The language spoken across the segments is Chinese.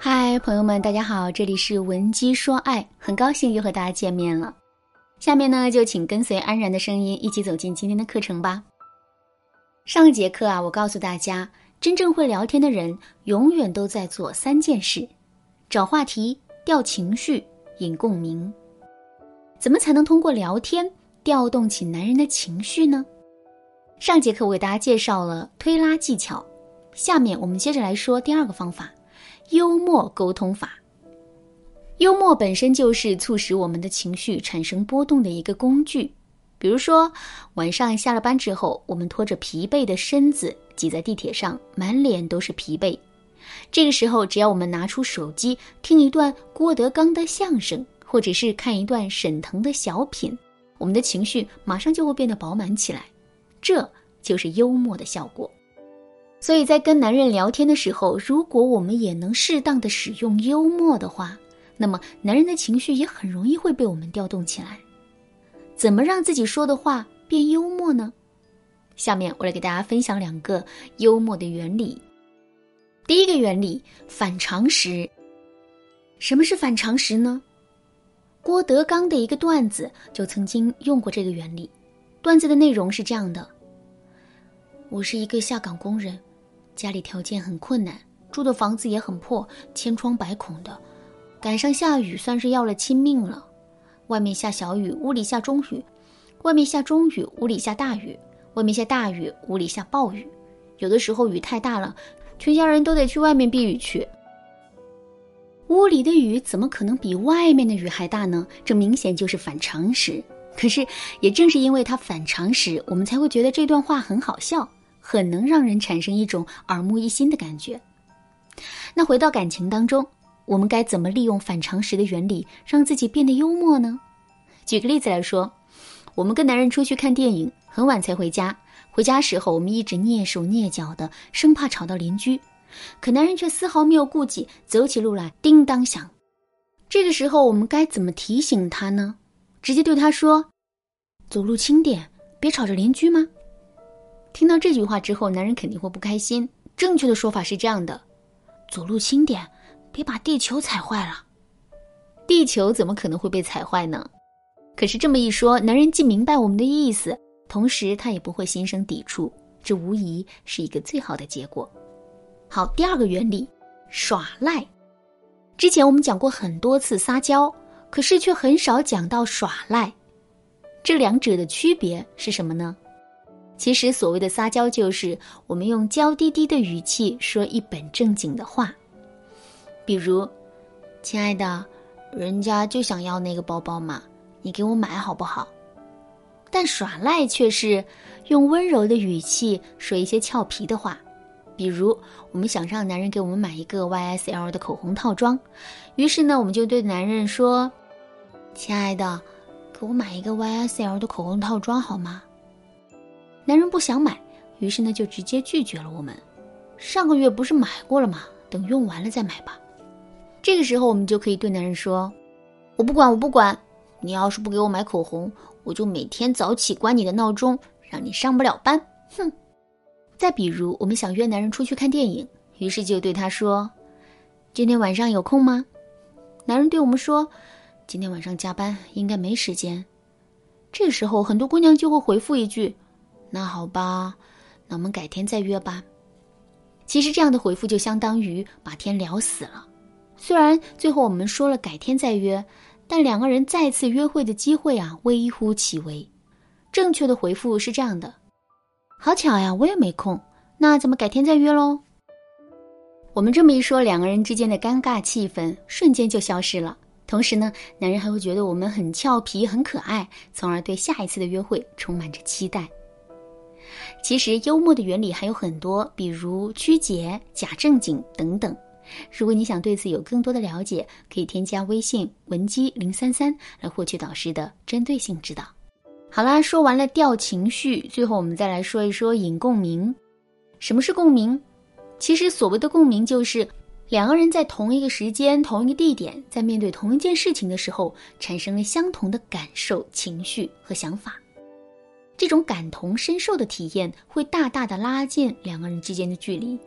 嗨，朋友们，大家好，这里是文姬说爱，很高兴又和大家见面了。下面呢，就请跟随安然的声音一起走进今天的课程吧。上一节课我告诉大家，真正会聊天的人永远都在做3件事：找话题、调情绪、引共鸣。怎么才能通过聊天调动起男人的情绪呢？上节课我给大家介绍了推拉技巧，下面我们接着来说第2个方法，幽默沟通法。幽默本身就是促使我们的情绪产生波动的一个工具。比如说，晚上下了班之后，我们拖着疲惫的身子挤在地铁上，满脸都是疲惫。这个时候，只要我们拿出手机，听一段郭德纲的相声，或者是看一段沈腾的小品，我们的情绪马上就会变得饱满起来。这就是幽默的效果。所以在跟男人聊天的时候，如果我们也能适当的使用幽默的话，那么男人的情绪也很容易会被我们调动起来。怎么让自己说的话变幽默呢？下面我来给大家分享2个幽默的原理。第一个原理，反常识。什么是反常识呢？郭德纲的一个段子就曾经用过这个原理。段子的内容是这样的：我是一个下岗工人，家里条件很困难，住的房子也很破，千疮百孔的，赶上下雨算是要了亲命了。外面下小雨，屋里下中雨；外面下中雨，屋里下大雨；外面下大雨，屋里下暴雨。有的时候雨太大了，全家人都得去外面避雨去。屋里的雨怎么可能比外面的雨还大呢？这明显就是反常识。可是也正是因为它反常识，我们才会觉得这段话很好笑，很能让人产生一种耳目一新的感觉。那回到感情当中，我们该怎么利用反常识的原理让自己变得幽默呢？举个例子来说，我们跟男人出去看电影，很晚才回家，回家时候我们一直蹑手蹑脚的，生怕吵到邻居，可男人却丝毫没有顾忌，走起路来叮当响。这个时候我们该怎么提醒他呢？直接对他说，走路轻点，别吵着邻居吗？听到这句话之后，男人肯定会不开心。正确的说法是这样的，走路轻点，别把地球踩坏了。地球怎么可能会被踩坏呢？可是这么一说，男人既明白我们的意思，同时他也不会心生抵触，这无疑是一个最好的结果。好，第2个原理，耍赖。之前我们讲过很多次撒娇，可是却很少讲到耍赖。这2者的区别是什么呢？其实所谓的撒娇，就是我们用娇滴滴的语气说一本正经的话。比如，亲爱的，人家就想要那个包包嘛，你给我买好不好？但耍赖却是用温柔的语气说一些俏皮的话。比如，我们想让男人给我们买一个 YSL 的口红套装，于是呢，我们就对男人说，亲爱的，给我买一个 YSL 的口红套装好吗？男人不想买，于是呢就直接拒绝了我们。上个月不是买过了吗？等用完了再买吧。这个时候我们就可以对男人说，我不管，你要是不给我买口红，我就每天早起关你的闹钟，让你上不了班，哼。再比如，我们想约男人出去看电影，于是就对他说，今天晚上有空吗？男人对我们说，今天晚上加班，应该没时间。这个时候很多姑娘就会回复一句，那好吧，那我们改天再约吧。其实这样的回复就相当于把天聊死了。虽然最后我们说了改天再约，但2个人再次约会的机会微乎其微。正确的回复是这样的，好巧呀，我也没空，那咱们改天再约咯。我们这么一说，2个人之间的尴尬气氛瞬间就消失了。同时呢，男人还会觉得我们很俏皮很可爱，从而对下一次的约会充满着期待。其实幽默的原理还有很多，比如曲解、假正经等等。如果你想对此有更多的了解，可以添加微信文姬033来获取导师的针对性指导。好啦，说完了调情绪，最后我们再来说一说引共鸣。什么是共鸣？其实所谓的共鸣就是2个人在同一个时间、同一个地点，在面对同一件事情的时候，产生了相同的感受、情绪和想法。这种感同身受的体验会大大的拉近2个人之间的距离。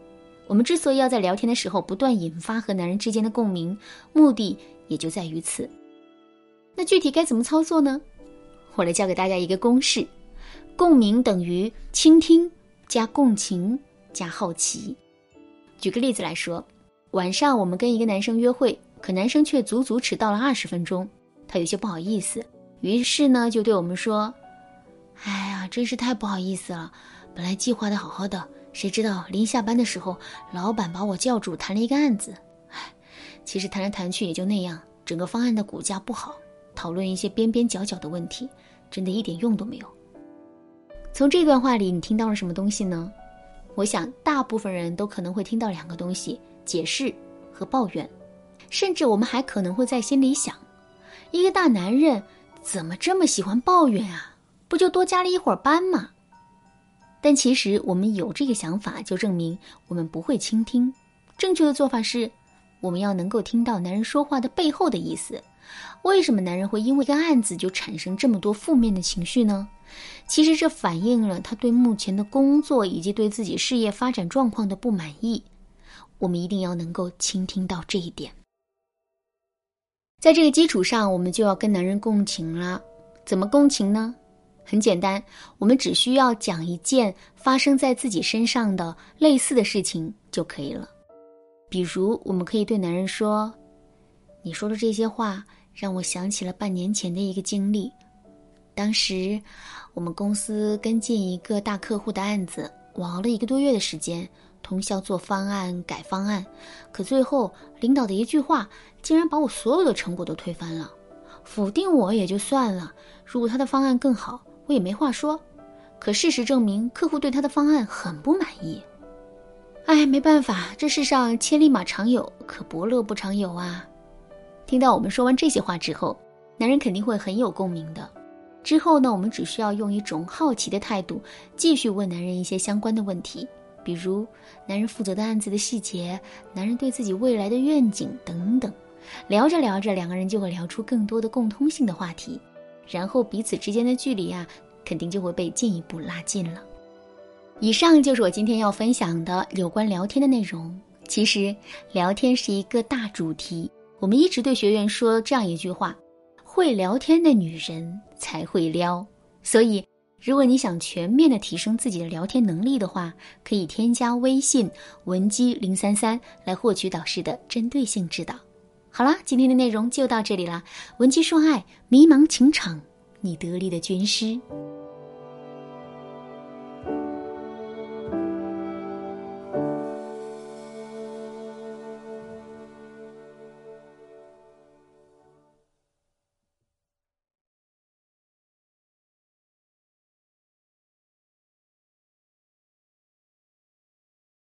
我们之所以要在聊天的时候不断引发和男人之间的共鸣，目的也就在于此。那具体该怎么操作呢？我来教给大家一个公式：共鸣等于倾听加共情加好奇。举个例子来说，晚上我们跟一个男生约会，可男生却足足迟到了20分钟，他有些不好意思，于是呢就对我们说：哎呀，真是太不好意思了，本来计划的好好的，谁知道临下班的时候，老板把我叫住谈了一个案子。其实谈来谈去也就那样，整个方案的骨架不好，讨论一些边边角角的问题，真的一点用都没有。从这段话里你听到了什么东西呢？我想大部分人都可能会听到2个东西：解释和抱怨。甚至我们还可能会在心里想，一个大男人怎么这么喜欢抱怨啊？不就多加了一会儿班吗？但其实我们有这个想法，就证明我们不会倾听。正确的做法是，我们要能够听到男人说话的背后的意思。为什么男人会因为一个案子就产生这么多负面的情绪呢？其实这反映了他对目前的工作以及对自己事业发展状况的不满意。我们一定要能够倾听到这一点。在这个基础上，我们就要跟男人共情了。怎么共情呢？很简单，我们只需要讲一件发生在自己身上的类似的事情就可以了。比如我们可以对男人说，你说的这些话让我想起了半年前的一个经历。当时我们公司跟进一个大客户的案子，我熬了1个多月的时间，通宵做方案改方案，可最后领导的一句话竟然把我所有的成果都推翻了。否定我也就算了，如果他的方案更好，我也没话说。可事实证明，客户对他的方案很不满意。没办法，这世上千里马常有，可伯乐不常有啊。听到我们说完这些话之后，男人肯定会很有共鸣的。之后呢，我们只需要用一种好奇的态度，继续问男人一些相关的问题，比如男人负责的案子的细节，男人对自己未来的愿景等等。聊着聊着，2个人就会聊出更多的共通性的话题，然后彼此之间的距离肯定就会被进一步拉近了。以上就是我今天要分享的有关聊天的内容。其实聊天是一个大主题，我们一直对学员说这样一句话：会聊天的女人才会撩。所以如果你想全面的提升自己的聊天能力的话，可以添加微信文姬033来获取导师的针对性指导。好了，今天的内容就到这里啦。文姬说爱，迷茫情场，你得力的军师。